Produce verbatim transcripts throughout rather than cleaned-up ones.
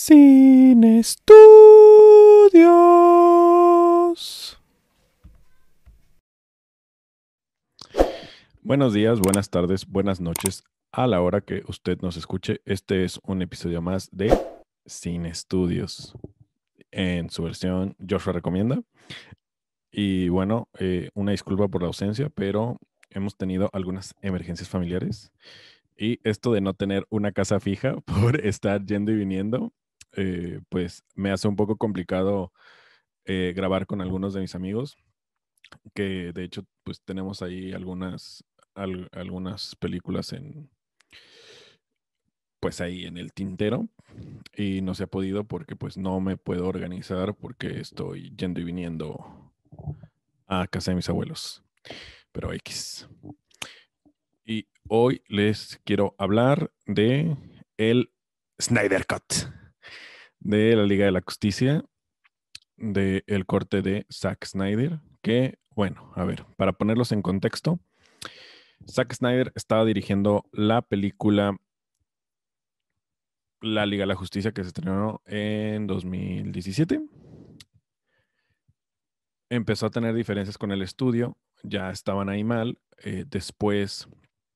Sin estudios. Buenos días, buenas tardes, buenas noches. A la hora que usted nos escuche, este es un episodio más de Sin Estudios, en su versión Joshua Recomienda. Y bueno, eh, una disculpa por la ausencia, pero hemos tenido algunas emergencias familiares. Y esto de no tener una casa fija por estar yendo y viniendo, eh, pues me hace un poco complicado eh, grabar con algunos de mis amigos, que de hecho pues tenemos ahí algunas, al- algunas películas en, pues ahí en el tintero, y no se ha podido porque pues no me puedo organizar porque estoy yendo y viniendo a casa de mis abuelos, pero X. Y hoy les quiero hablar de el Snyder Cut de la Liga de la Justicia, del corte de Zack Snyder, que, bueno, a ver, para ponerlos en contexto, Zack Snyder estaba dirigiendo la película La Liga de la Justicia, que se estrenó en dos mil diecisiete. Empezó a tener diferencias con el estudio, ya estaban ahí mal. Eh, después,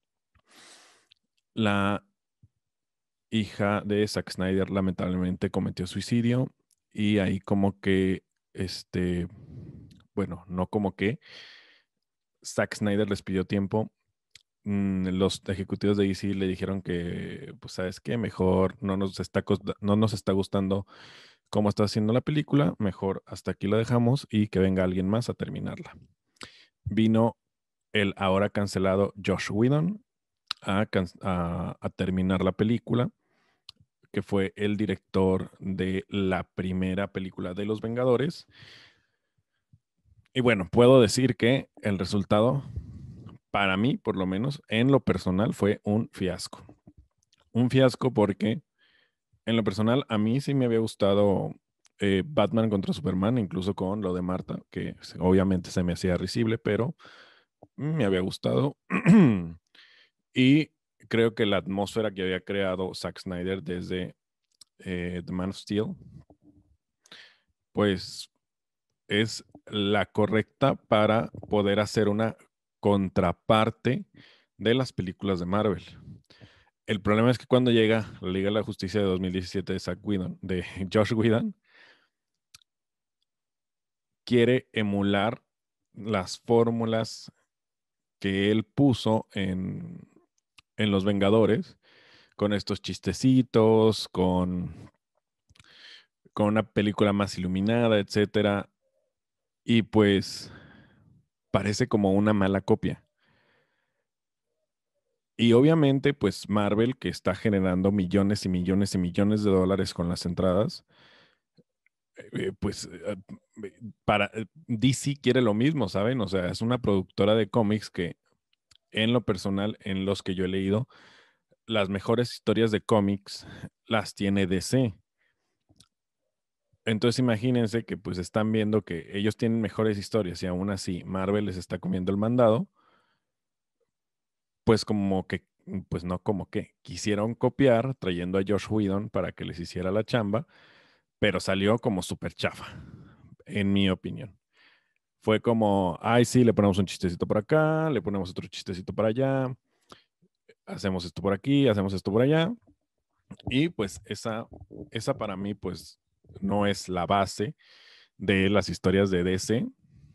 la hija de Zack Snyder lamentablemente cometió suicidio y ahí como que, este, bueno, no como que, Zack Snyder les pidió tiempo. Mm, los ejecutivos de D C le dijeron que, pues, ¿sabes qué? Mejor no nos está, costa- no nos está gustando cómo está haciendo la película, mejor hasta aquí la dejamos y que venga alguien más a terminarla. Vino el ahora cancelado Josh Whedon a, can- a- a terminar la película, que fue el director de la primera película de Los Vengadores. Y bueno, puedo decir que el resultado, para mí, por lo menos, en lo personal, fue un fiasco. Un fiasco porque, en lo personal, a mí sí me había gustado eh, Batman contra Superman, incluso con lo de Marta, que obviamente se me hacía risible, pero me había gustado. Y creo que la atmósfera que había creado Zack Snyder desde eh, The Man of Steel, pues es la correcta para poder hacer una contraparte de las películas de Marvel. El problema es que cuando llega la Liga de la Justicia de dos mil diecisiete de Zack Whedon, de Josh Whedon, quiere emular las fórmulas que él puso en, en Los Vengadores, con estos chistecitos, con, con una película más iluminada, etcétera. Y pues parece como una mala copia. Y obviamente, pues Marvel, que está generando millones y millones y millones de dólares con las entradas, eh, pues eh, para eh, D C quiere lo mismo, ¿saben? O sea, es una productora de cómics que, en lo personal, en los que yo he leído, las mejores historias de cómics las tiene D C. Entonces imagínense que pues están viendo que ellos tienen mejores historias y aún así Marvel les está comiendo el mandado, pues como que, pues no como que, quisieron copiar trayendo a Josh Whedon para que les hiciera la chamba, pero salió como súper chafa, en mi opinión. Fue como, ay, sí, le ponemos un chistecito por acá, le ponemos otro chistecito para allá, hacemos esto por aquí, hacemos esto por allá. Y pues esa, esa para mí, pues no es la base de las historias de D C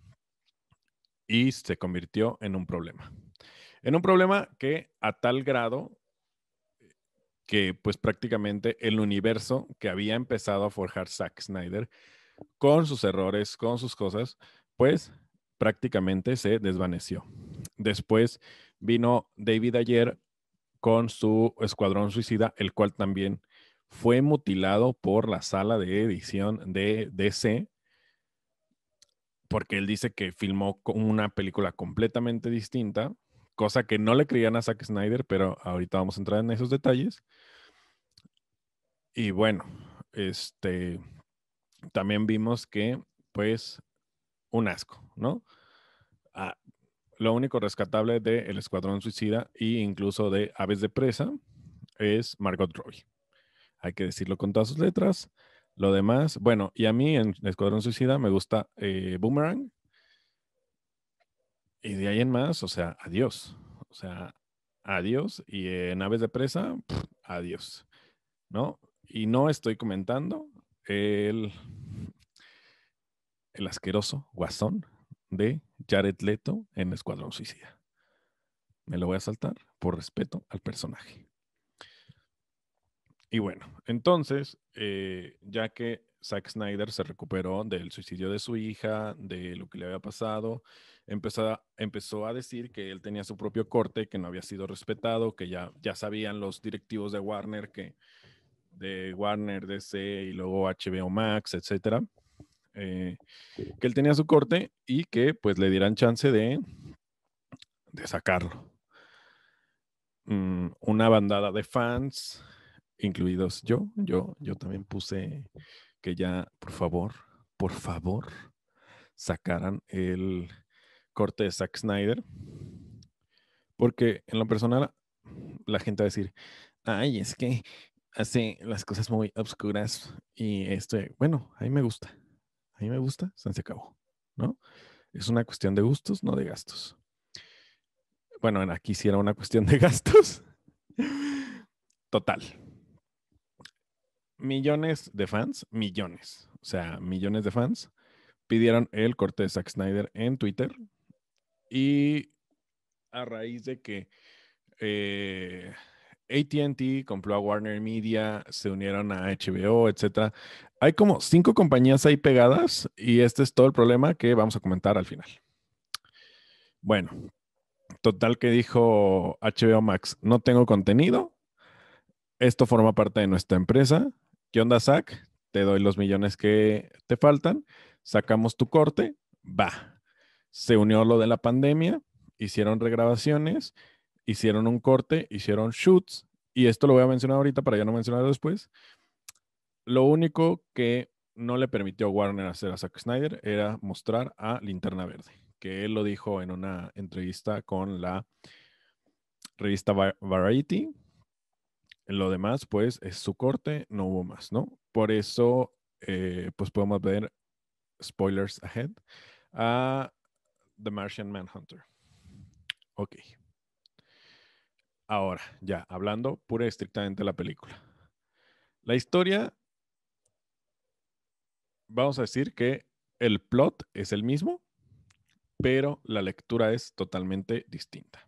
y se convirtió en un problema. En un problema que a tal grado que pues prácticamente el universo que había empezado a forjar Zack Snyder con sus errores, con sus cosas, pues prácticamente se desvaneció. Después vino David Ayer con su Escuadrón Suicida, el cual también fue mutilado por la sala de edición de D C, porque él dice que filmó una película completamente distinta, cosa que no le creían a Zack Snyder, pero ahorita vamos a entrar en esos detalles. Y bueno, este, también vimos que, pues, un asco, ¿no? Ah, lo único rescatable de El Escuadrón Suicida e incluso de Aves de Presa es Margot Robbie. hay que decirlo con todas sus letras. Lo demás, bueno, y a mí en Escuadrón Suicida me gusta eh, Boomerang. Y de ahí en más, o sea, adiós. O sea, adiós. Y en Aves de Presa, pff, adiós. ¿No? Y no estoy comentando el, el asqueroso guasón de Jared Leto en Escuadrón Suicida. Me lo voy a saltar por respeto al personaje. Y bueno, entonces, eh, ya que Zack Snyder se recuperó del suicidio de su hija, de lo que le había pasado, empezó a, empezó a decir que él tenía su propio corte, que no había sido respetado, que ya, ya sabían los directivos de Warner, que de Warner, D C y luego H B O Max, etcétera, eh, que él tenía su corte y que pues le dieran chance de, de sacarlo. Mm, una bandada de fans, incluidos yo, yo, yo también puse que ya, por favor, por favor, sacaran el corte de Zack Snyder, porque en lo personal la gente va a decir, ay, es que hace las cosas muy obscuras y esto, bueno, a mí me gusta, a mí me gusta, se acabó, ¿no? Es una cuestión de gustos, no de gastos. Bueno, aquí sí era una cuestión de gastos. Total. Millones de fans, millones, o sea, millones de fans pidieron el corte de Zack Snyder en Twitter y a raíz de que eh, A T and T compró a Warner Media, se unieron a H B O, etcétera. Hay como cinco compañías ahí pegadas y este es todo el problema que vamos a comentar al final. Bueno, total que dijo H B O Max, no tengo contenido, esto forma parte de nuestra empresa. ¿Qué onda, Zack? Te doy los millones que te faltan, sacamos tu corte, va. Se unió lo de la pandemia, hicieron regrabaciones, hicieron un corte, hicieron shoots, y esto lo voy a mencionar ahorita para ya no mencionarlo después. Lo único que no le permitió a Warner hacer a Zack Snyder era mostrar a Linterna Verde, que él lo dijo en una entrevista con la revista Variety. Lo demás, pues, es su corte, no hubo más, ¿no? Por eso, eh, pues podemos ver, spoilers ahead, a The Martian Manhunter. Ok. Ahora, ya, hablando pura y estrictamente de la película. La historia, vamos a decir que el plot es el mismo, pero la lectura es totalmente distinta.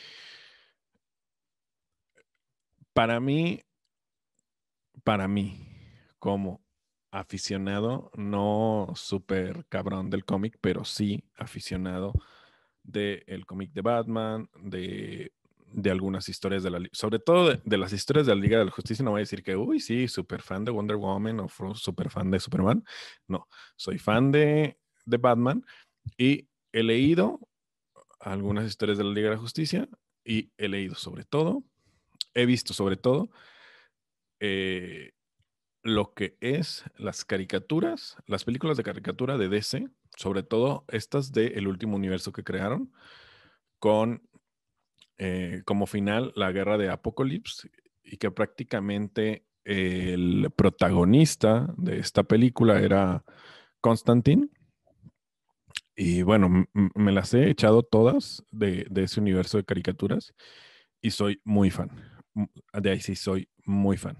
Para mí, para mí, como aficionado, no súper cabrón del cómic, pero sí aficionado del cómic de Batman, de, de algunas historias de la sobre todo de, de, las historias de la Liga de la Justicia. No voy a decir que, uy, sí, súper fan de Wonder Woman o súper fan de Superman. No, soy fan de, de Batman y he leído algunas historias de la Liga de la Justicia y he leído sobre todo, he visto sobre todo eh, lo que es las caricaturas, las películas de caricatura de D C, sobre todo estas de El Último Universo que crearon, con eh, como final la guerra de Apocalipsis y que prácticamente el protagonista de esta película era Constantine. Y bueno, me las he echado todas de, de ese universo de caricaturas y soy muy fan. De ahí sí soy muy fan.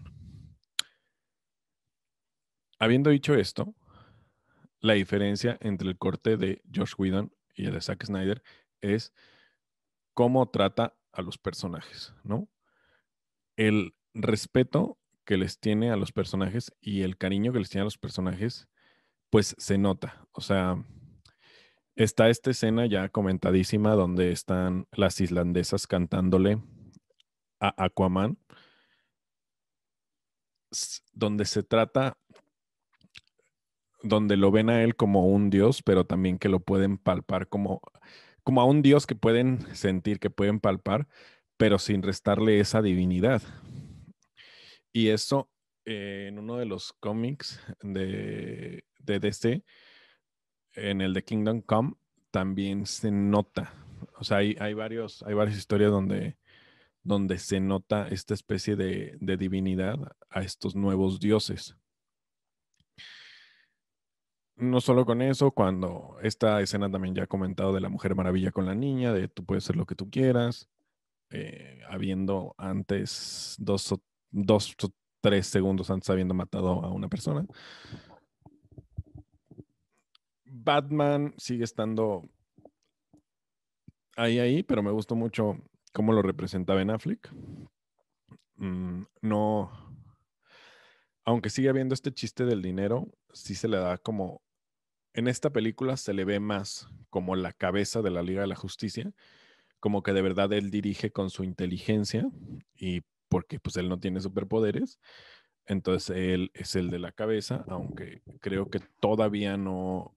Habiendo dicho esto, la diferencia entre el corte de Josh Whedon y el de Zack Snyder es cómo trata a los personajes, ¿no? El respeto que les tiene a los personajes y el cariño que les tiene a los personajes, pues se nota. O sea, está esta escena ya comentadísima donde están las islandesas cantándole a Aquaman, donde se trata, donde lo ven a él como un dios, pero también que lo pueden palpar como, como a un dios que pueden sentir, que pueden palpar, pero sin restarle esa divinidad. Y eso eh, en uno de los cómics de, de D C, en el de Kingdom Come, también se nota. O sea, hay, hay, varios, hay varias historias donde, donde se nota esta especie de, de divinidad a estos nuevos dioses. No solo con eso, cuando esta escena también ya he comentado de la Mujer Maravilla con la niña, de tú puedes ser lo que tú quieras, eh, habiendo antes dos o, dos o tres segundos antes habiendo matado a una persona. Batman sigue estando ahí, ahí, pero me gustó mucho cómo lo representa Ben Affleck. Mm, no, aunque sigue habiendo este chiste del dinero, sí se le da como, en esta película se le ve más como la cabeza de la Liga de la Justicia, como que de verdad él dirige con su inteligencia y porque pues él no tiene superpoderes, entonces él es el de la cabeza, aunque creo que todavía no,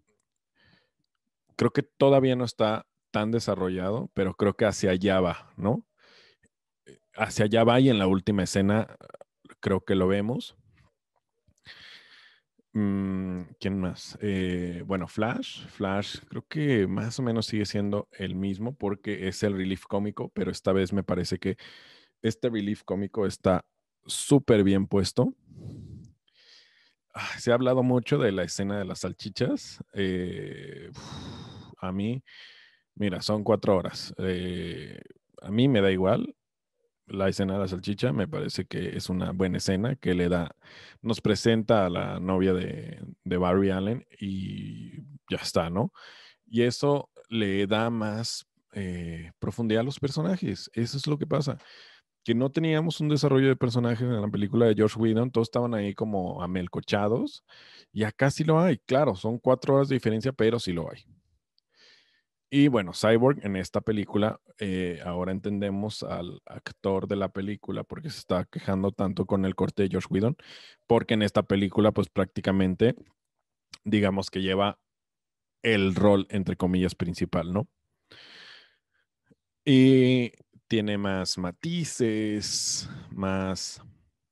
creo que todavía no está tan desarrollado, pero creo que hacia allá va, ¿no? Hacia allá va y en la última escena creo que lo vemos. Mm, ¿quién más? Eh, bueno, Flash. Flash creo que más o menos sigue siendo el mismo porque es el relief cómico, pero esta vez me parece que este relief cómico está súper bien puesto. Ah, se ha hablado mucho de la escena de las salchichas. Eh, uf, a mí, mira, son cuatro horas. Eh, a mí me da igual la escena de la salchicha, me parece que es una buena escena que le da, nos presenta a la novia de, de Barry Allen y ya está, ¿no? Y eso le da más eh, profundidad a los personajes. Eso es lo que pasa. Que no teníamos un desarrollo de personajes en la película de Josh Whedon, todos estaban ahí como amelcochados, y acá sí lo hay, claro, son cuatro horas de diferencia, pero sí lo hay. Y bueno, Cyborg en esta película, eh, ahora entendemos al actor de la película porque se está quejando tanto con el corte de Josh Whedon, porque en esta película pues prácticamente digamos que lleva el rol entre comillas principal, ¿no? Y tiene más matices, más,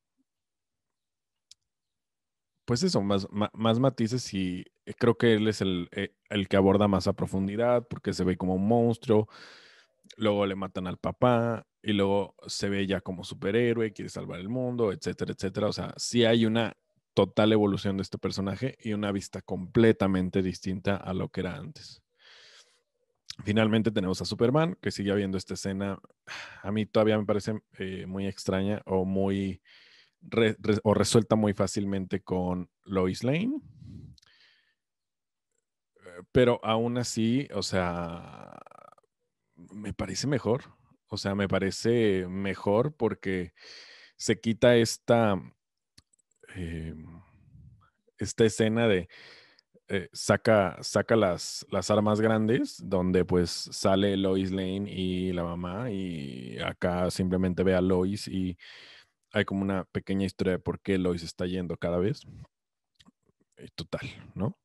pues eso, más, ma- más matices y eh, creo que él es el, eh, el que aborda más a profundidad porque se ve como un monstruo, luego le matan al papá y luego se ve ya como superhéroe, quiere salvar el mundo, etcétera, etcétera. O sea, sí hay una total evolución de este personaje y una vista completamente distinta a lo que era antes. Finalmente tenemos a Superman, que sigue habiendo esta escena. A mí todavía me parece eh, muy extraña o muy re, re, o resuelta muy fácilmente con Lois Lane. Pero aún así, o sea, me parece mejor. O sea, me parece mejor porque se quita esta, eh, esta escena de eh, saca, saca las, las armas grandes, donde pues sale Lois Lane y la mamá, y acá simplemente ve a Lois y hay como una pequeña historia de por qué Lois está yendo cada vez. Eh, total, ¿no?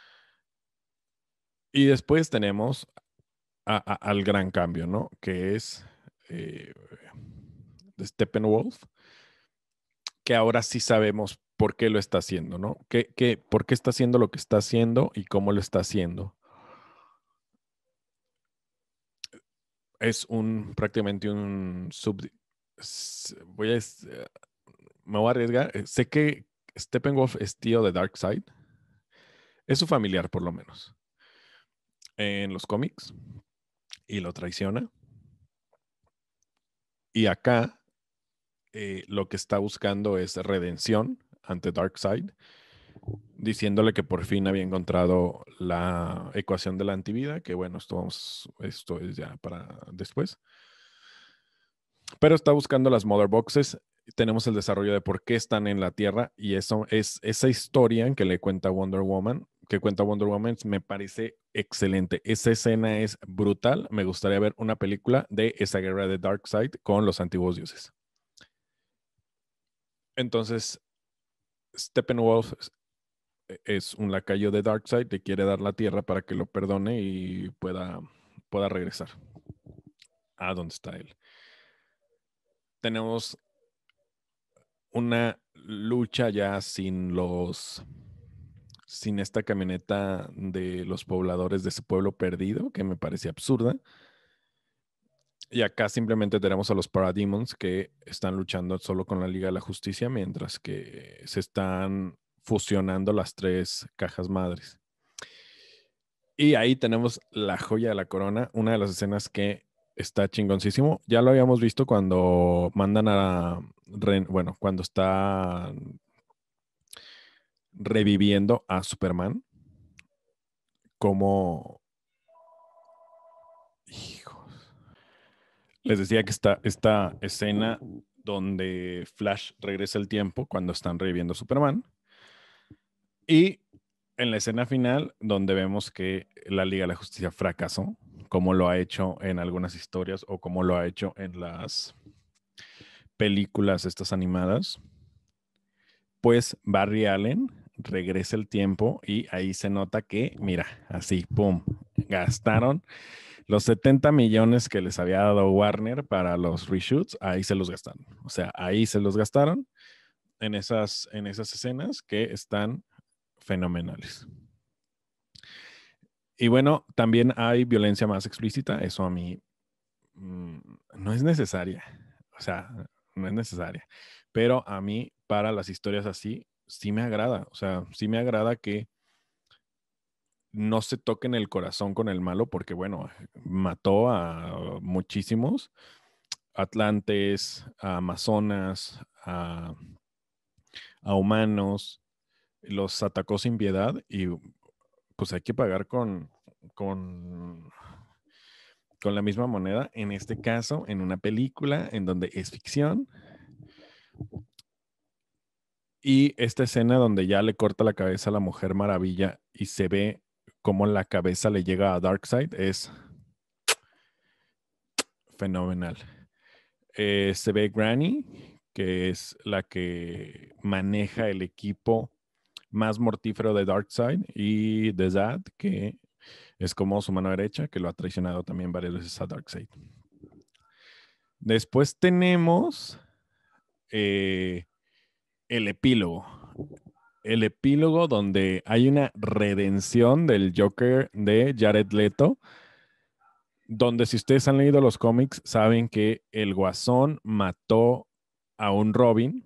Y después tenemos a, a, al gran cambio, ¿no? Que es eh, de Steppenwolf, que ahora sí sabemos por qué lo está haciendo, ¿no? ¿Qué, qué, ¿Por qué está haciendo lo que está haciendo y cómo lo está haciendo? Es un prácticamente un sub... Voy a, eh, me voy a arriesgar. Eh, Sé que Steppenwolf es tío de Darkseid. Es su familiar, por lo menos, en los cómics y lo traiciona. Y acá eh, lo que está buscando es redención ante Darkseid, diciéndole que por fin había encontrado la ecuación de la antivida, que bueno, esto, vamos, esto es ya para después. Pero está buscando las Mother Boxes. Tenemos el desarrollo de por qué están en la Tierra y eso es esa historia que le cuenta Wonder Woman, que cuenta Wonder Woman, me parece excelente. Esa escena es brutal. Me gustaría ver una película de esa guerra de Darkseid con los antiguos dioses. Entonces, Steppenwolf es un lacayo de Darkseid, le quiere dar la Tierra para que lo perdone y pueda, pueda regresar a donde está él. Tenemos una lucha ya sin los sin esta camioneta de los pobladores de ese pueblo perdido, que me parece absurda. Y acá simplemente tenemos a los Parademons que están luchando solo con la Liga de la Justicia, mientras que se están fusionando las tres cajas madres. Y ahí tenemos la joya de la corona, una de las escenas que está chingoncísimo. Ya lo habíamos visto cuando mandan a, re- bueno, cuando está reviviendo a Superman, como, hijos, les decía que está esta escena donde Flash regresa el tiempo cuando están reviviendo a Superman. Y en la escena final, donde vemos que la Liga de la Justicia fracasó, como lo ha hecho en algunas historias o como lo ha hecho en las películas estas animadas, pues Barry Allen regresa el tiempo y ahí se nota que, mira, así, pum, gastaron los setenta millones que les había dado Warner para los reshoots, ahí se los gastaron. O sea, ahí se los gastaron en esas, en esas escenas que están fenomenales. Y bueno, también hay violencia más explícita, eso a mí mm, no es necesaria, o sea, no es necesaria, pero a mí para las historias así sí me agrada, o sea, sí me agrada que no se toquen el corazón con el malo porque bueno, mató a muchísimos, Atlantes, a Amazonas, a, a humanos, los atacó sin piedad y pues hay que pagar con, con con la misma moneda, en este caso, en una película en donde es ficción. Y esta escena donde ya le corta la cabeza a la Mujer Maravilla y se ve cómo la cabeza le llega a Darkseid es fenomenal. Eh, se ve Granny, que es la que maneja el equipo más mortífero de Darkseid, y The Zad, que es como su mano derecha, que lo ha traicionado también varias veces a Darkseid. Después tenemos eh, el epílogo. El epílogo donde hay una redención del Joker de Jared Leto, donde si ustedes han leído los cómics saben que el Guasón mató a un Robin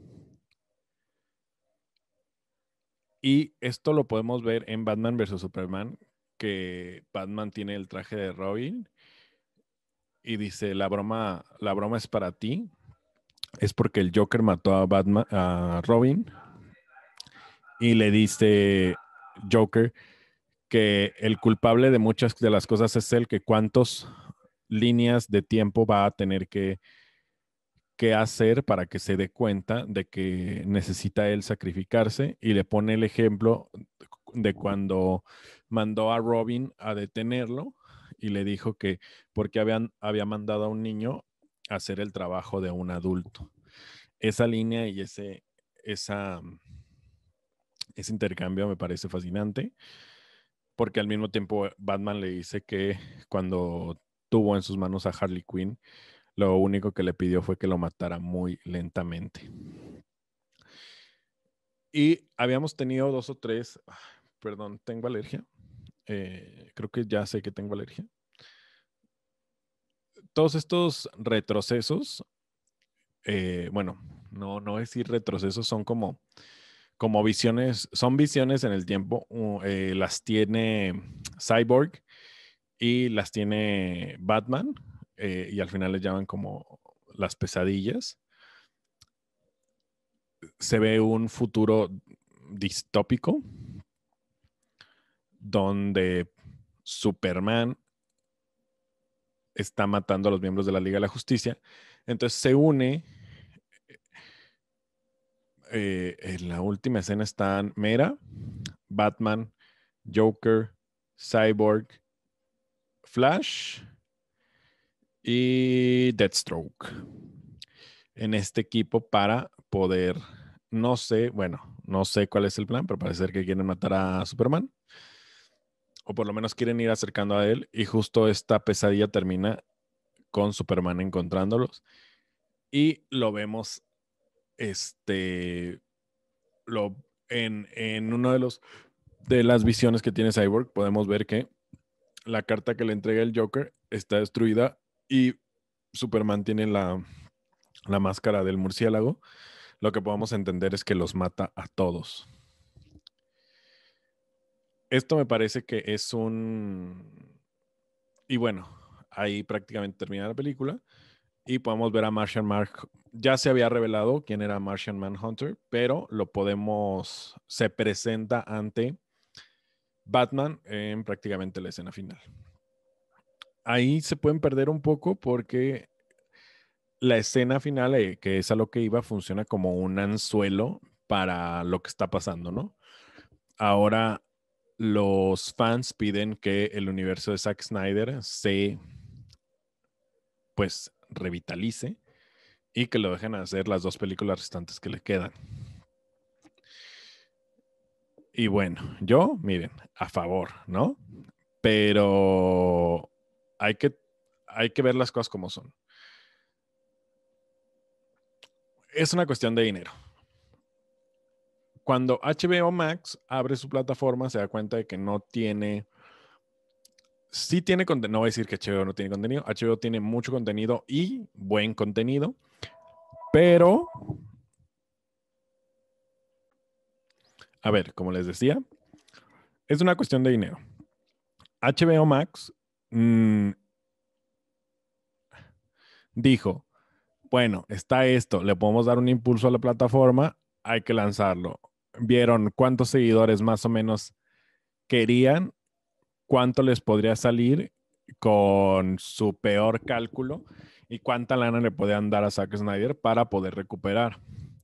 y esto lo podemos ver en Batman versus Superman, que Batman tiene el traje de Robin y dice la broma, la broma es para ti, es porque el Joker mató a Batman, a Robin y le dice Joker que el culpable de muchas de las cosas es él, que cuántas líneas de tiempo va a tener que, que hacer para que se dé cuenta de que necesita él sacrificarse, y le pone el ejemplo de cuando mandó a Robin a detenerlo y le dijo que porque habían, había mandado a un niño a hacer el trabajo de un adulto. Esa línea y ese, esa, ese intercambio me parece fascinante, porque al mismo tiempo Batman le dice que cuando tuvo en sus manos a Harley Quinn, lo único que le pidió fue que lo matara muy lentamente. Y habíamos tenido dos o tres, perdón, tengo alergia. Eh, creo que ya sé que tengo alergia. Todos estos retrocesos, eh, bueno, no, no es decir retrocesos, son como, como visiones, son visiones en el tiempo. Uh, eh, las tiene Cyborg y las tiene Batman, eh, y al final les llaman como las pesadillas. Se ve un futuro distópico donde Superman está matando a los miembros de la Liga de la Justicia. Entonces se une, eh, en la última escena están Mera, Batman, Joker, Cyborg, Flash y Deathstroke en este equipo para poder, no sé, bueno, no sé cuál es el plan, pero parece ser que quieren matar a Superman, o por lo menos quieren ir acercando a él, y justo esta pesadilla termina con Superman encontrándolos, y lo vemos, este, lo, en, en uno de los, de las visiones que tiene Cyborg, podemos ver que la carta que le entrega el Joker está destruida y Superman tiene la, la máscara del murciélago, lo que podemos entender es que los mata a todos. Esto me parece que es un... Y bueno, ahí prácticamente termina la película y podemos ver a Martian Mark. Ya se había revelado quién era Martian Manhunter, pero lo podemos... Se presenta ante Batman en prácticamente la escena final. Ahí se pueden perder un poco porque la escena final, eh, que es a lo que iba, funciona como un anzuelo para lo que está pasando, ¿no? Ahora los fans piden que el universo de Zack Snyder se, pues, revitalice y que lo dejen hacer las dos películas restantes que le quedan. Y bueno, yo, miren, a favor, ¿no? Pero hay que, hay que ver las cosas como son. Es una cuestión de dinero. Cuando H B O Max abre su plataforma, se da cuenta de que no tiene... Sí tiene contenido, no voy a decir que H B O no tiene contenido, H B O tiene mucho contenido y buen contenido, pero, a ver, como les decía, es una cuestión de dinero. H B O Max mmm, dijo, bueno, está esto, le podemos dar un impulso a la plataforma, hay que lanzarlo. Vieron cuántos seguidores más o menos querían, cuánto les podría salir con su peor cálculo y cuánta lana le podían dar a Zack Snyder para poder recuperar.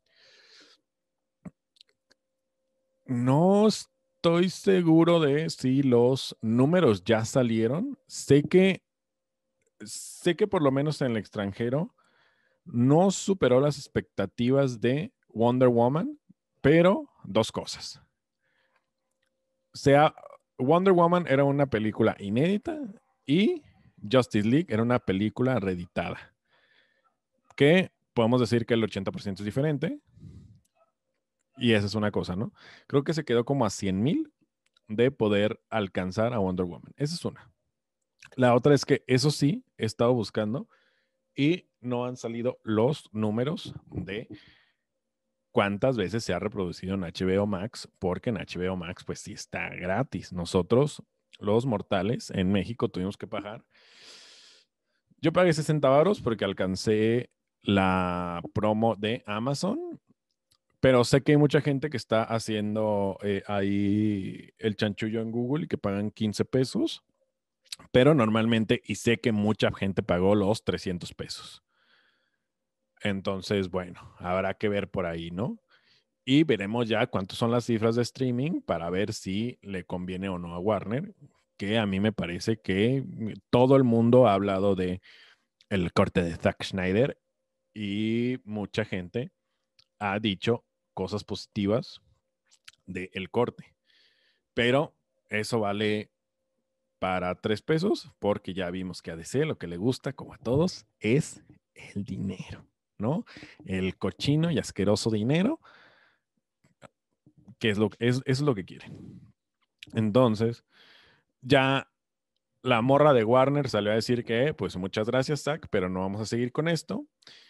No estoy seguro de si los números ya salieron. Sé que, sé que por lo menos en el extranjero no superó las expectativas de Wonder Woman, pero dos cosas. O sea, Wonder Woman era una película inédita y Justice League era una película reeditada. Que podemos decir que el ochenta por ciento es diferente. Y esa es una cosa, ¿no? Creo que se quedó como a cien mil de poder alcanzar a Wonder Woman. Esa es una. La otra es que eso sí, he estado buscando y no han salido los números de cuántas veces se ha reproducido en H B O Max, porque en H B O Max pues sí está gratis. Nosotros, los mortales, en México tuvimos que pagar. Yo pagué sesenta baros porque alcancé la promo de Amazon, pero sé que hay mucha gente que está haciendo eh, ahí el chanchullo en Google y que pagan quince pesos, pero normalmente, y sé que mucha gente pagó los trescientos pesos. Entonces, bueno, habrá que ver por ahí, ¿no? Y veremos ya cuántas son las cifras de streaming para ver si le conviene o no a Warner, que a mí me parece que todo el mundo ha hablado de el corte de Zack Snyder y mucha gente ha dicho cosas positivas del corte. Pero eso vale para tres pesos porque ya vimos que a D C lo que le gusta, como a todos, es el dinero, ¿no? El cochino y asqueroso dinero, que es lo, es, es lo que quieren. Entonces, ya la morra de Warner salió a decir que, pues muchas gracias, Zack, pero no vamos a seguir con esto.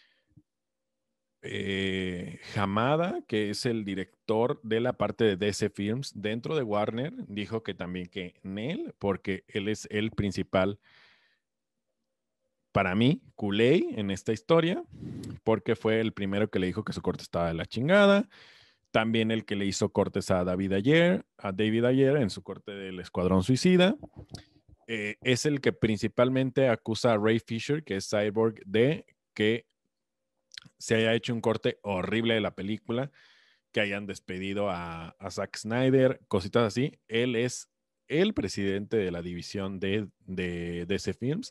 Eh, Hamada, que es el director de la parte de D C Films dentro de Warner, dijo que también que Nel, porque él es el principal, para mí, culé en esta historia, porque fue el primero que le dijo que su corte estaba de la chingada. También el que le hizo cortes a David Ayer, a David Ayer en su corte del Escuadrón Suicida. Eh, es el que principalmente acusa a Ray Fisher, que es Cyborg, de que se haya hecho un corte horrible de la película, que hayan despedido a, a Zack Snyder, cositas así. Él es el presidente de la división de, de, de D C Films.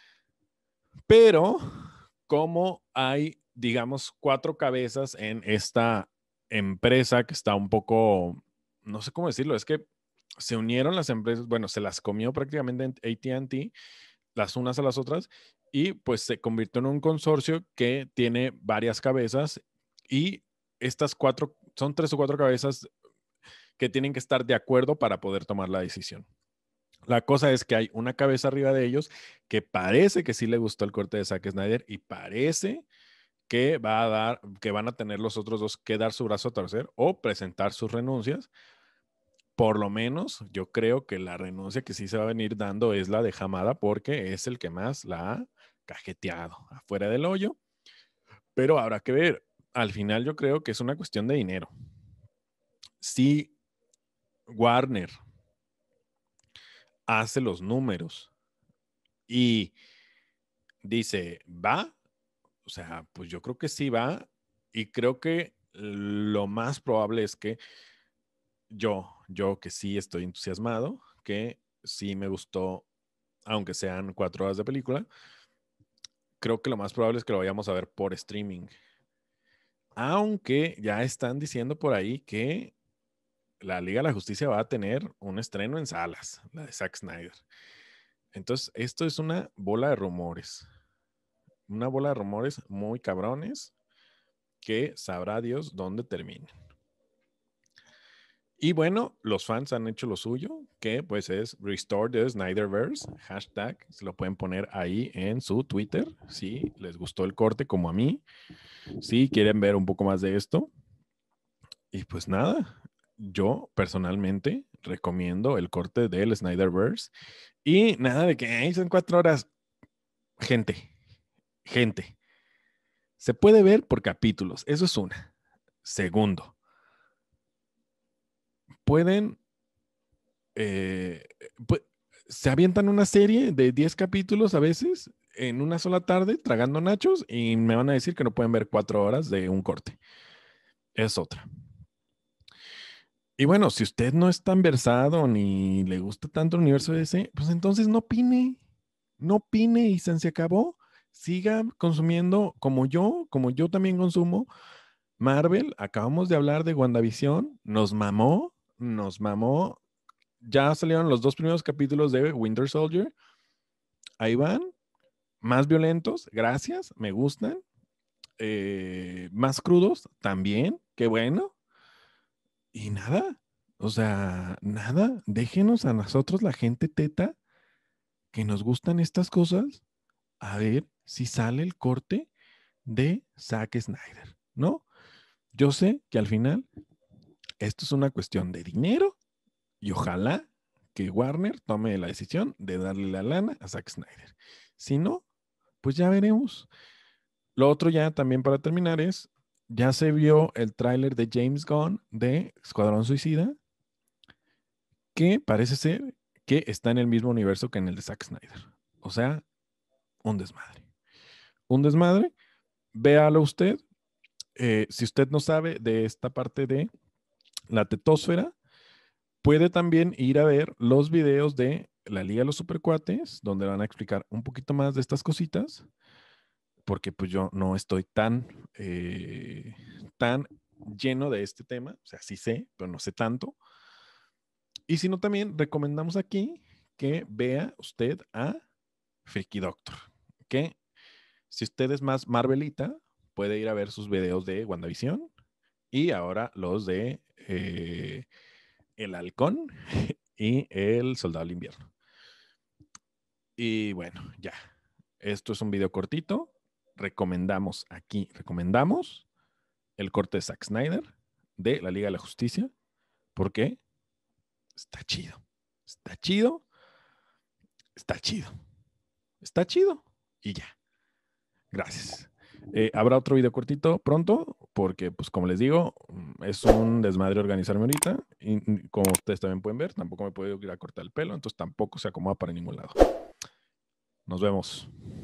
Pero como hay, digamos, cuatro cabezas en esta empresa que está un poco, no sé cómo decirlo, es que se unieron las empresas, bueno, se las comió prácticamente A T and T, las unas a las otras, y pues se convirtió en un consorcio que tiene varias cabezas y estas cuatro, son tres o cuatro cabezas que tienen que estar de acuerdo para poder tomar la decisión. La cosa es que hay una cabeza arriba de ellos que parece que sí le gustó el corte de Zack Snyder y parece que va a dar, que van a tener los otros dos que dar su brazo a torcer o presentar sus renuncias. Por lo menos yo creo que la renuncia que sí se va a venir dando es la de Hamada porque es el que más la ha cajeteado afuera del hoyo. Pero habrá que ver. Al final yo creo que es una cuestión de dinero. Si Warner hace los números y dice, va, o sea, pues yo creo que sí va y creo que lo más probable es que yo, yo que sí estoy entusiasmado, que sí me gustó, aunque sean cuatro horas de película, creo que lo más probable es que lo vayamos a ver por streaming. Aunque ya están diciendo por ahí que la Liga de la Justicia va a tener un estreno en salas, la de Zack Snyder. Entonces, esto es una bola de rumores. Una bola de rumores muy cabrones que sabrá Dios dónde terminen. Y bueno, los fans han hecho lo suyo, que pues es Restore the Snyderverse, hashtag, se lo pueden poner ahí en su Twitter, si les gustó el corte como a mí, si quieren ver un poco más de esto. Y pues nada, yo personalmente recomiendo el corte del Snyderverse y nada de que ahí son cuatro horas. Gente, gente, se puede ver por capítulos, eso es una. Segundo, pueden, eh, pu- se avientan una serie de diez capítulos a veces en una sola tarde tragando nachos y me van a decir que no pueden ver cuatro horas de un corte. Es otra. Y bueno, si usted no es tan versado ni le gusta tanto el universo de D C, pues entonces no opine, no opine y se, se acabó. Siga consumiendo como yo, como yo también consumo Marvel. Acabamos de hablar de WandaVision, nos mamó, nos mamó. Ya salieron los dos primeros capítulos de Winter Soldier. Ahí van, más violentos, gracias, me gustan. Eh, más crudos, también, qué bueno. Y nada, o sea, nada, déjenos a nosotros, la gente teta, que nos gustan estas cosas, a ver si sale el corte de Zack Snyder, ¿no? Yo sé que al final esto es una cuestión de dinero y ojalá que Warner tome la decisión de darle la lana a Zack Snyder. Si no, pues ya veremos. Lo otro ya también para terminar es, ya se vio el tráiler de James Gunn de Escuadrón Suicida, que parece ser que está en el mismo universo que en el de Zack Snyder. O sea, un desmadre. Un desmadre. Véalo usted. Eh, si usted no sabe de esta parte de la tetósfera, puede también ir a ver los videos de la Liga de los Supercuates, donde van a explicar un poquito más de estas cositas, porque pues yo no estoy tan, eh, tan lleno de este tema. O sea, sí sé, pero no sé tanto. Y si no, también recomendamos aquí que vea usted a Freaky Doctor, que si usted es más Marvelita, puede ir a ver sus videos de WandaVision y ahora los de eh, El Halcón y El Soldado del Invierno. Y bueno, ya. Esto es un video cortito. Recomendamos aquí, recomendamos el corte de Zack Snyder de la Liga de la Justicia, porque está chido. Está chido. Está chido. Está chido. Y ya. Gracias. Eh, habrá otro video cortito pronto, porque, pues, como les digo, es un desmadre organizarme ahorita. Y como ustedes también pueden ver, tampoco me puedo ir a cortar el pelo, entonces tampoco se acomoda para ningún lado. Nos vemos.